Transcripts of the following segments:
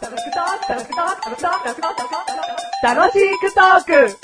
楽しくトーク。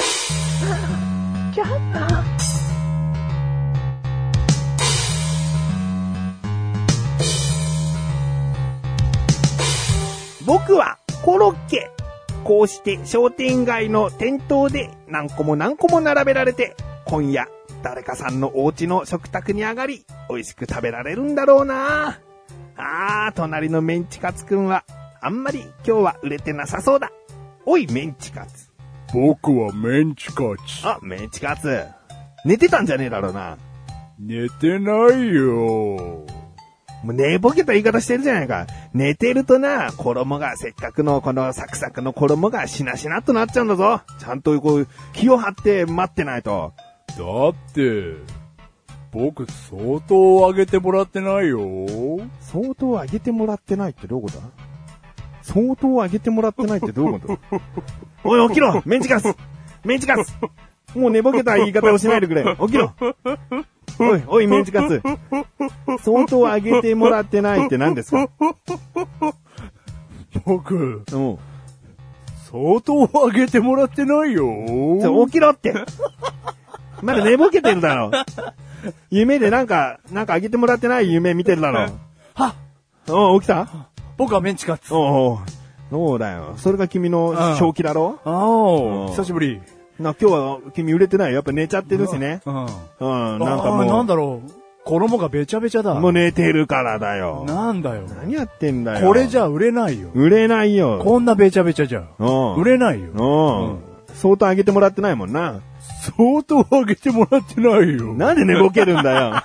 僕はコロッケ。こうして商店街の店頭で何個も何個も並べられて、今夜誰かさんのお家の食卓に上がり、美味しく食べられるんだろうな。隣のメンチカツくんはあんまり今日は売れてなさそうだ。おいメンチカツ。 僕はメンチカツ。 あ、メンチカツ。寝てたんじゃねえだろうな。 寝てないよ。 もう寝ぼけた言い方してるじゃないか。寝てるとな、衣が、せっかくのこのサクサクの衣がしなしなっとなっちゃうんだぞ。ちゃんとこう、気を張って待ってないと。 だって、僕相当あげてもらってないよ。 相当あげてもらってないってどういうことだ？相当あげてもらってないってどういうことおい起きろメンチカツメンチカツもう寝ぼけた言い方をしないでくれ。起きろおいメンチカツ。相当あげてもらってないって何ですか？ 僕、相当あげてもらってないよ。 起きろってまだ寝ぼけてるだろ。夢でなんかあげてもらってない夢見てるだろ。起きた？ 僕はメンチカツ。 そうだよ。それが君の正気だろ？ 久しぶり。 今日は君売れてないよ。やっぱ寝ちゃってるしね。なんかもう。 なんだろう。衣がべちゃべちゃだ。 もう寝てるからだよ。 なんだよ。 何やってんだよ。 これじゃ売れないよ。 売れないよ。 こんなべちゃべちゃじゃ。売れないよ。 相当あげてもらってないもんな。 相当あげてもらってないよ。 なんで寝ぼけるんだよ。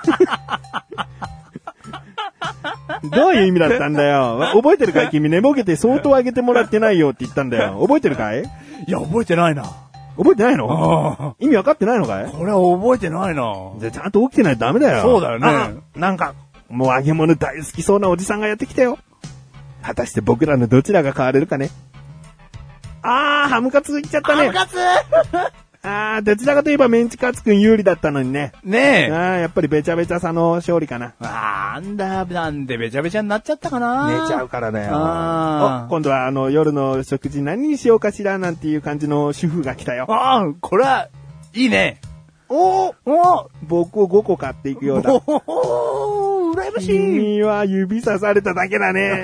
どういう意味だったんだよ。覚えてるかい君？寝ぼけて相当あげてもらってないよって言ったんだよ。覚えてるかい？ いや、覚えてないな。 覚えてないの？意味わかってないのかい？ これは覚えてないな。 じゃあちゃんと起きてないとダメだよ。 そうだよね。 なんか、もう揚げ物大好きそうなおじさんがやってきたよ。果たして僕らのどちらが変われるかね。ハムカツいっちゃったね。 ハムカツどちらかといえばメンチカツくん有利だったのにね。 ねえ。 やっぱりべちゃべちゃさの勝利かな。 なんでべちゃべちゃになっちゃったかな。 寝ちゃうからだよ。今度は夜の食事何にしようかしらなんていう感じの主婦が来たよ。 これは、いいね。 僕を5個買っていくようだ。 羨ましい。 君は指さされただけだね。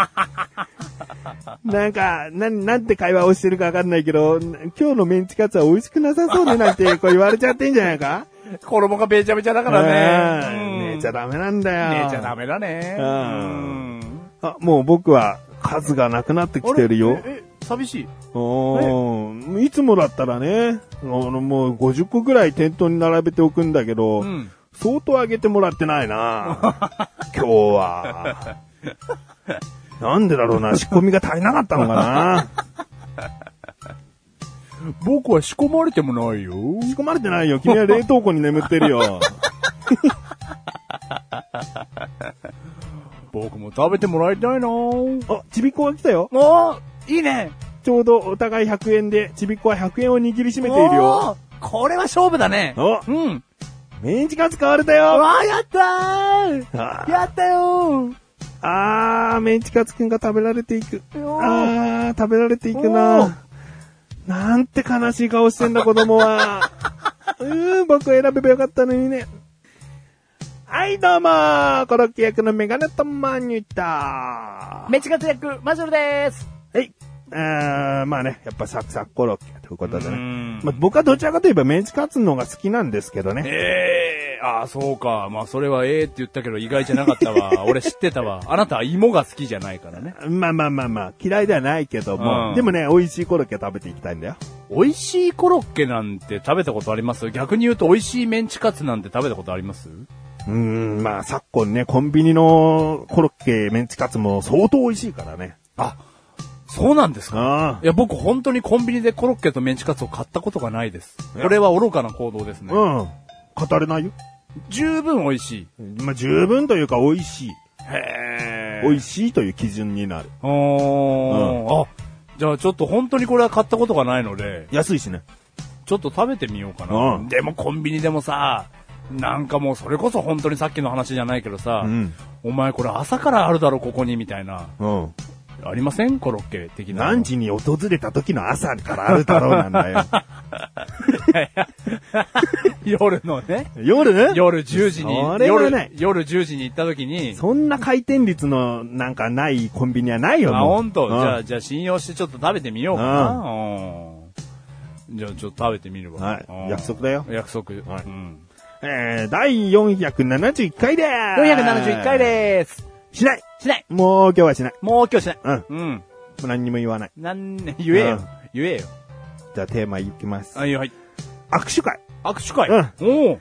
なんて会話をしてるかわかんないけど、今日のメンチカツは美味しくなさそうねなんてこう言われちゃってんじゃないか？ 衣がべちゃべちゃだからね。 寝ちゃダメなんだよ。 寝ちゃダメだね。 もう僕は数がなくなってきてるよ。 寂しい。 いつもだったらね、もう50個くらい店頭に並べておくんだけど、相当あげてもらってないな。今日は。なんでだろうな、仕込みが足りなかったのかな。 僕は仕込まれてもないよ。 仕込まれてないよ。君は冷凍庫に眠ってるよ。 僕も食べてもらいたいな。 ちびっこが来たよ。 いいね。 ちょうどお互い100円で、ちびっこは100円を握りしめているよ。 これは勝負だね。 メンチカツ買われたよ。 やったー。やったよー。 メンチカツくんが食べられていく。食べられていくな。なんて悲しい顔してんだ子供は。僕選べばよかったのにね。はいどうもー、コロッケ役のメガネとマニュタメンチカツ役マジョルでーす。 まあね、やっぱサクサクコロッケということでね。僕はどちらかといえばメンチカツの方が好きなんですけどね。 そうか。まあそれはって言ったけど意外じゃなかったわ。俺知ってたわ。あなたは芋が好きじゃないからね。 まあ、嫌いではないけども、でもね、美味しいコロッケ食べていきたいんだよ。 美味しいコロッケなんて食べたことあります？逆に言うと美味しいメンチカツなんて食べたことあります？ まあ昨今ね、コンビニのコロッケ、メンチカツも相当美味しいからね。 そうなんですか？いや、僕本当にコンビニでコロッケとメンチカツを買ったことがないです。これは愚かな行動ですね。 語れないよ。 十分美味しい。 十分というか美味しい。美味しいという基準になる。 じゃあちょっと本当にこれは買ったことがないので。 安いしね。 ちょっと食べてみようかな。でもコンビニでもさ、なんかもうそれこそ本当にさっきの話じゃないけどさ、お前これ朝からあるだろここにみたいな。 ありません？コロッケ的な。 何時に訪れた時の朝からあるだろうなんだよ。 夜のね。 夜 10時に。 それはない夜10時に行った時に。 そんな回転率のなんかないコンビニはないよ、もう。 ほんと。じゃあ信用してちょっと食べてみようかな。じゃあちょっと食べてみるわ。 はい。約束だよ。 約束。 はい。第471回でーす。 471回でーす。 しない。もう今日はしない。 もう今日しない。 うん。もう何にも言わない。 言えよ。言えよ。 じゃあテーマいきます。 はい。 握手会。 握手会。 握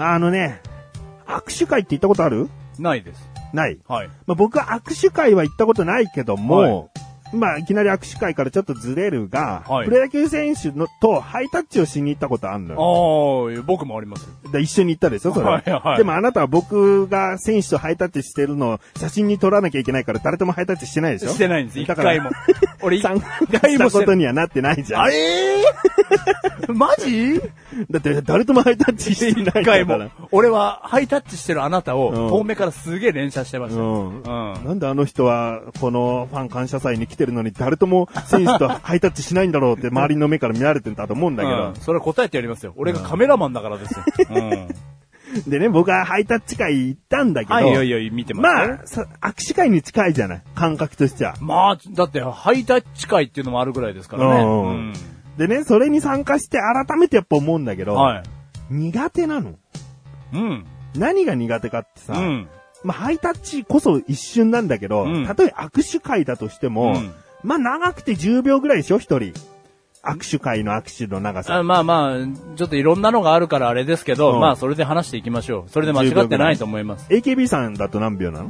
手会って行ったことある？ ないです。 ない。 はい。 僕は握手会は行ったことないけども、いきなり握手会からちょっとずれるが、プロ野球選手とハイタッチをしに行ったことあるのよ。 僕もあります。 一緒に行ったでしょ、それ。はい。でもあなたは僕が選手とハイタッチしてるのを写真に撮らなきゃいけないから誰ともハイタッチしてないでしょ？ してないんです、一回も。俺参加したことにはなってないじゃん。 マジ？ だって誰ともハイタッチしてないから。一回も。 俺はハイタッチしてるあなたを遠目からすげえ連写してました。 なんであの人はこのファン感謝祭に来てるのに誰とも選手とハイタッチしないんだろうって周りの目から見られてるんだと思うんだけど。 それは答えてやりますよ。俺がカメラマンだからですよ。 でね、僕はハイタッチ会行ったんだけど。 見てます。 握手会に近いじゃない。感覚としては。 だってハイタッチ会っていうのもあるぐらいですからね。 でね、それに参加して改めてやっぱ思うんだけど、苦手なの。何が苦手かってさ、ハイタッチこそ一瞬なんだけど、例えば握手会だとしても、長くて10秒ぐらいでしょ、一人。握手会の握手の長さ。 ちょっといろんなのがあるからあれですけど、それで話していきましょう。それで間違ってないと思います。 AKB さんだと何秒なの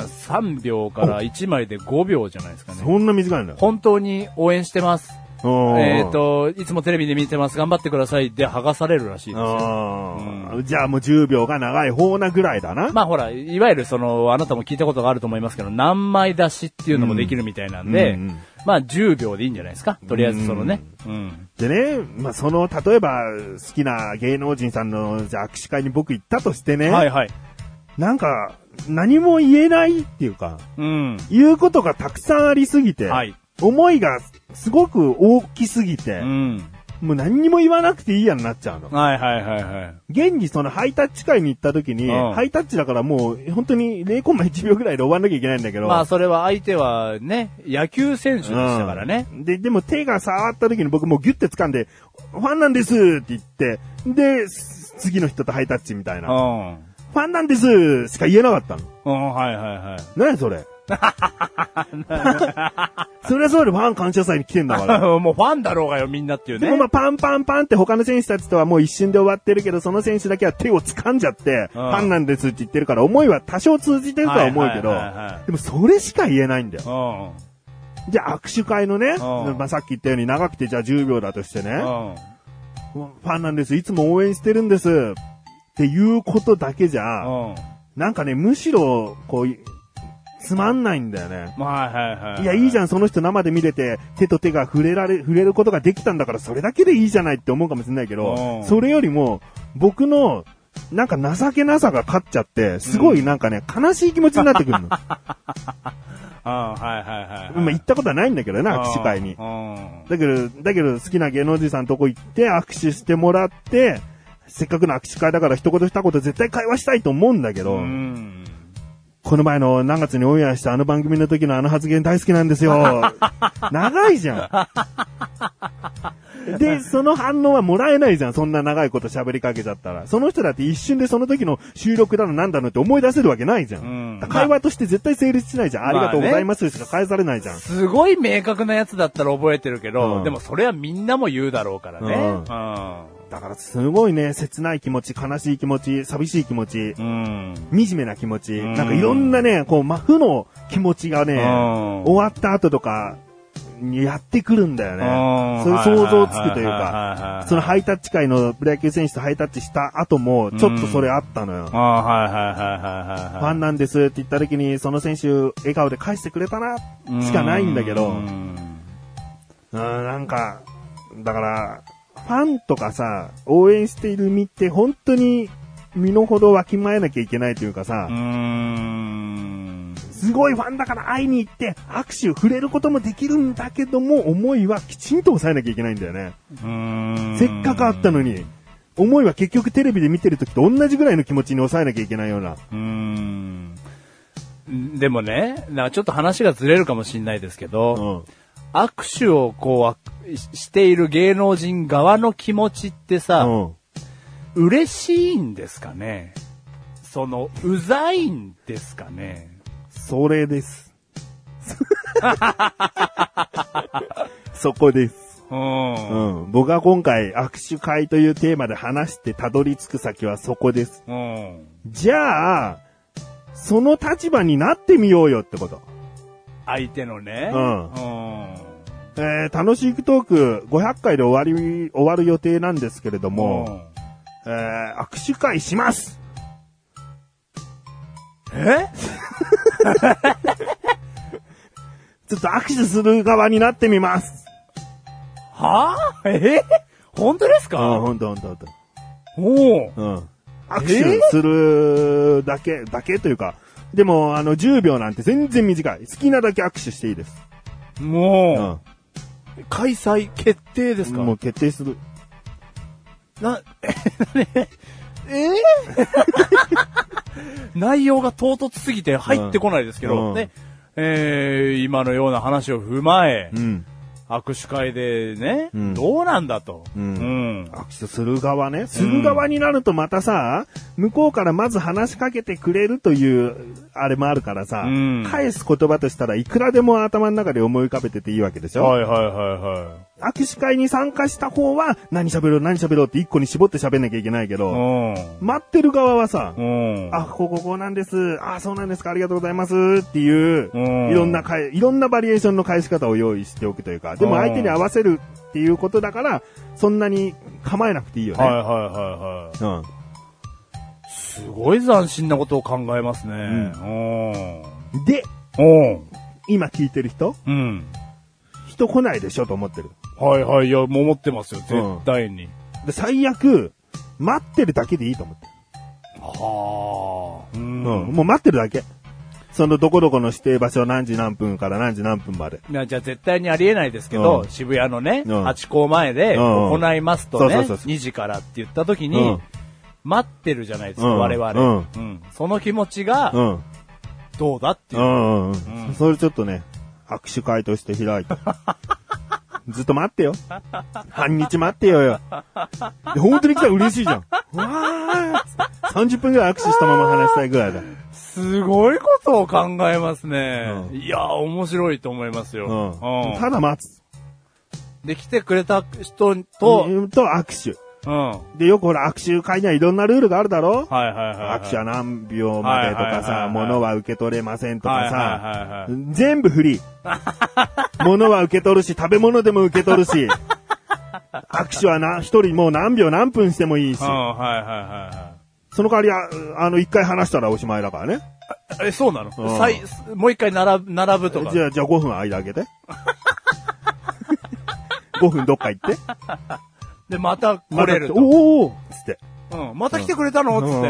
？3秒から1枚で5秒じゃないですかね。 そんな短いんだ。 本当に応援してます。いつもテレビで見てます。頑張ってくださいで剥がされるらしいですよ。 じゃあもう10秒が長い方なぐらいだな。 ほら、いわゆるあなたも聞いたことがあると思いますけど、何枚出しっていうのもできるみたいなんで、10秒でいいんじゃないですか。とりあえずね。 でね、例えば好きな芸能人さんの握手会に僕行ったとしてね。なんか、何も言えないっていうか、言うことがたくさんありすぎて、思いがすごく大きすぎて、もう何にも言わなくていいやになっちゃうの。現にそのハイタッチ会に行った時に、ハイタッチだからもう本当に 0.1 秒ぐらいで終わんなきゃいけないんだけど。 それは相手はね、野球選手でしたからね。 でも手が触った時に僕もうギュッて掴んで、ファンなんですって言って、で、次の人とハイタッチみたいな。ファンなんですしか言えなかったの。何それそれはそうでファン感謝祭に来てんだから。 もうファンだろうがよ、みんなっていうね。 でもパンパンパンって他の選手たちとはもう一瞬で終わってるけど、その選手だけは手を掴んじゃって、ファンなんですって言ってるから、思いは多少通じてるとは思うけど、でもそれしか言えないんだよ。じゃあ握手会のね、さっき言ったように長くてじゃあ10秒だとしてね、ファンなんです、いつも応援してるんです、っていうことだけじゃ、なんかね、むしろ、つまんないんだよね。いや、いいじゃん、その人生で見れて、手と手が触れることができたんだから、それだけでいいじゃないって思うかもしれないけど、それよりも、僕の、なんか情けなさが勝っちゃって、すごいなんかね、悲しい気持ちになってくるの。行ったことはないんだけどな、握手会に。だけど好きな芸能人さんのとこ行って握手してもらって、せっかくの握手会だから一言二言絶対会話したいと思うんだけど、この前の何月にオンエアしたあの番組の時のあの発言大好きなんですよ。長いじゃん。で、その反応はもらえないじゃん。そんな長いこと喋りかけちゃったら。その人だって一瞬でその時の収録だのなんだのって思い出せるわけないじゃん。会話として絶対成立しないじゃん。ありがとうございますしか返されないじゃん。 すごい明確なやつだったら覚えてるけど、でもそれはみんなも言うだろうからね。 だからすごいね、切ない気持ち、悲しい気持ち、寂しい気持ち、惨めな気持ち、なんかいろんなね、負の気持ちがね、終わった後とかにやってくるんだよね。それ想像つくというか、そのハイタッチ会のプロ野球選手とハイタッチした後も、ちょっとそれあったのよ。ファンなんですって言った時に、その選手笑顔で返してくれたな、しかないんだけど、なんか、だから、ファンとかさ、応援している身って本当に身の程わきまえなきゃいけないというかさ、 すごいファンだから会いに行って握手触れることもできるんだけども、思いはきちんと抑えなきゃいけないんだよね。せっかく会ったのに、思いは結局テレビで見てる時と同じぐらいの気持ちに抑えなきゃいけないような。 でもね、ちょっと話がずれるかもしれないですけど、握手をこうしている芸能人側の気持ちってさ、嬉しいんですかね？うざいんですかね？ それです。そこです。僕が今回握手会というテーマで話してたどり着く先はそこです。じゃあ、その立場になってみようよってこと。 相手のね。 楽しいトーク500回で終わる予定なんですけれども、握手会します。ちょっと握手する側になってみます。 はぁ？本当ですか？ 本当。握手するだけというか、でも10秒なんて全然短い。好きなだけ握手していいです。 もう、開催決定ですか？ もう決定する。 内容が唐突すぎて入ってこないですけど、ね、今のような話を踏まえ、握手会でね、どうなんだと。 握手する側ね。する側になるとまたさ、向こうからまず話しかけてくれるという、あれもあるからさ、返す言葉としたらいくらでも頭の中で思い浮かべてていいわけでしょ？握手会に参加した方は、何喋ろうって一個に絞って喋んなきゃいけないけど、待ってる側はさ、こうなんです。そうなんですか、ありがとうございますっていう、いろんなバリエーションの返し方を用意しておくというか、でも相手に合わせるっていうことだから、そんなに構えなくていいよね。 すごい斬新なことを考えますね。 で、今聞いてる人、人来ないでしょと思ってる。 いや、もう思ってますよ、絶対に。 で、最悪、待ってるだけでいいと思ってる。もう待ってるだけ。そのどこどこの指定場所何時何分から何時何分まで。 じゃあ絶対にありえないですけど、渋谷のね、ハチ公前で行いますとね、2時からって言った時に、待ってるじゃないですか、我々。その気持ちが、どうだっていう。 それちょっとね、握手会として開いて。ずっと待ってよ。半日待ってよ。本当に来たら嬉しいじゃん。30分くらい握手したまま話したいぐらいだ。 すごいことを考えますね。いや、面白いと思いますよ。 ただ待つ。 で、来てくれた人と握手。で、よくほら、握手会にはいろんなルールがあるだろ？握手は何秒までとかさ、物は受け取れませんとかさ、全部フリー。物は受け取るし、食べ物でも受け取るし、握手は一人もう何秒何分してもいいし。その代わりは、一回話したらおしまいだからね。 そうなの？もう一回並ぶとか。 じゃあ5分間開けて。5分どっか行って。 で、また来れると。 おーつって。 また来てくれたのつって。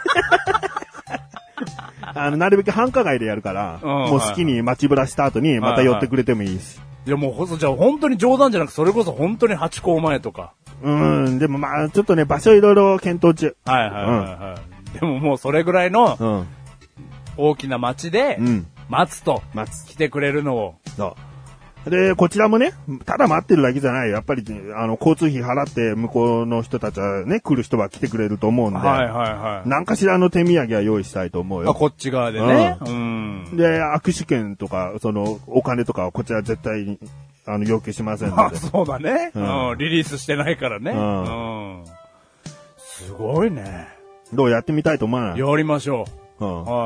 なるべく繁華街でやるから、もう好きに街ぶらした後にまた寄ってくれてもいいし。 いやもう、じゃあ本当に冗談じゃなくそれこそ本当にハチ公前とか。 でもまあ、ちょっとね、場所いろいろ検討中。 でももうそれぐらいの、大きな街で、待つと。来てくれるのを。で、こちらもね、ただ待ってるだけじゃない。やっぱり、交通費払って向こうの人たちはね、来る人は来てくれると思うんで。何かしらの手土産は用意したいと思うよ。 こっち側でね。 で、握手券とか、お金とかはこちら絶対に、要求しませんので。 そうだね。リリースしてないからね。すごいね。 どうやってみたいと思わない？ やりましょう。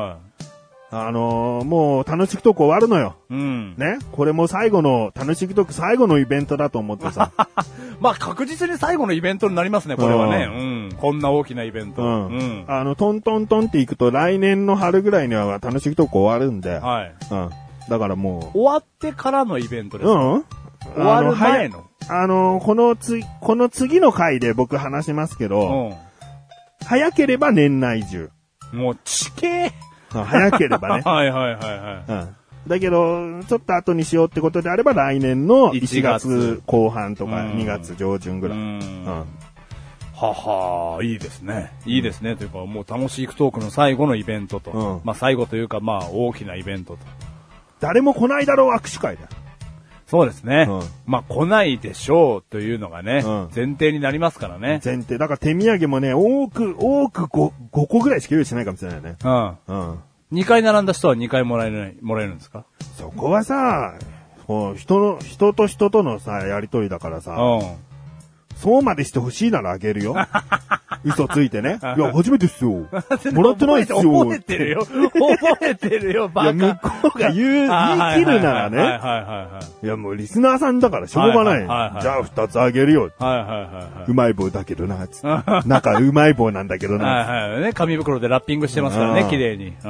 もう楽しくトーク終わるのよ。ね。これも楽しくトーク最後のイベントだと思ってさ。 まあ確実に最後のイベントになりますね、これはね。こんな大きなイベント。 トントントンっていくと来年の春ぐらいには楽しくトーク終わるんで。だからもう。 終わってからのイベントですか？終わる前の。 この次の回で僕話しますけど、早ければ年内中。 もう地形早ければね。 はいはいはいはい。 うん。だけど、ちょっと後にしようってことであれば、来年の1月後半とか2月上旬ぐらい。 はは、いいですね。いいですね。というか、もう楽しいトークの最後のイベントと。まあ最後というか、まあ大きなイベントと。 誰も来ないだろう握手会だ。 そうですね。まあ来ないでしょうというのがね、前提になりますからね。 前提。だから手土産もね、多く5個ぐらいしか用意しないかもしれないね。 2回並んだ人は2回もらえるんですか？ そこはさ、人と人とのさ、やりとりだからさ、そうまでしてほしいならあげるよ。嘘ついてね。いや、初めてっすよ。もらってないっすよ。 覚えてるよ。覚えてるよ、バカ。 いや、向こうが言い切るならね。いや、もうリスナーさんだからしょうがない。じゃあ2つあげるよ。うまい棒だけどな、つって。中うまい棒なんだけどな。 紙袋でラッピングしてますからね、綺麗に。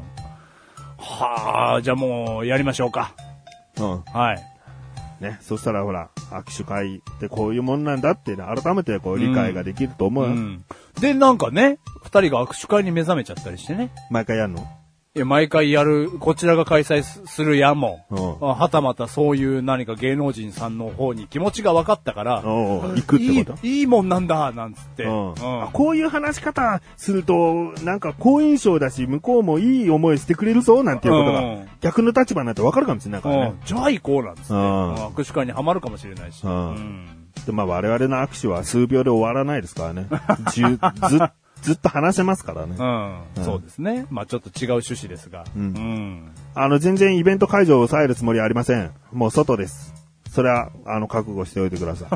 はあ、じゃあもうやりましょうか。はい。 ね、そしたらほら、握手会ってこういうもんなんだって、改めてこう理解ができると思うよ。 で、なんかね、二人が握手会に目覚めちゃったりしてね。 毎回やるの？ いや、毎回やる、こちらが開催するやも、はたまたそういう何か芸能人さんの方に気持ちが分かったから、 行くってこと？ いいもんなんだ、なんつって。 こういう話し方すると、なんか好印象だし、向こうもいい思いしてくれるぞ、なんていうことが、逆の立場になって分かるかもしれないからね。 じゃあ行こう、なんつって。握手会にはまるかもしれないし。 で、まあ我々の握手は数秒で終わらないですからね。ずっと話せますからね。 そうですね。まあちょっと違う趣旨ですが。 全然イベント会場を抑えるつもりはありません。もう外です。それは、覚悟しておいてくださ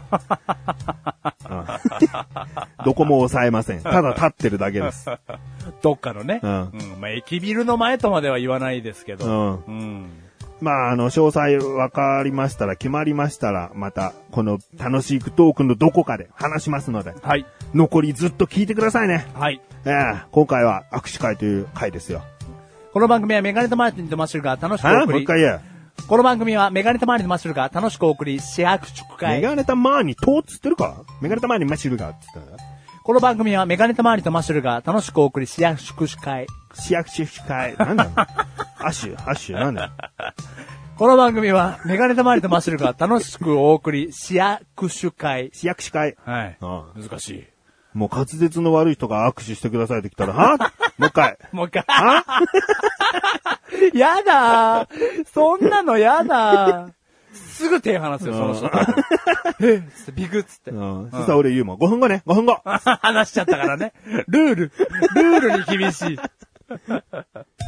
い。どこも抑えません。ただ立ってるだけです。 どっかのね。まあ駅ビルの前とまでは言わないですけど。 まあ、詳細分かりましたら、決まりましたら、また、この楽しいトークのどこかで話しますので、 はい。 残りずっと聞いてくださいね。 はい。 今回は握手会という回ですよ。 この番組はメガネとマーティンとマッシュルが楽しくお送り。 もう一回言え。 この番組はメガネとマーティンとマッシュルが楽しくお送り、市役所会。 メガネとマーにとっつってるか？メガネとマーにマッシュルがって言ったら。 この番組はメガネとマーニとマッシュルが楽しくお送り、市役所会。 市役所会。なんだアッシュ、なんだこの番組は、メガネとマリとマッシュルが楽しくお送り、市役所会。 市役所会。 はい。難しい。 もう滑舌の悪い人が握手してくださいって来たら、はもう一回。 もう一回。はやだー。そんなのやだー。すぐ手離すよ、その人。ビクッつって。 そしたら俺言うもん。5分後ね、5分後。 話しちゃったからね。ルールに厳しい。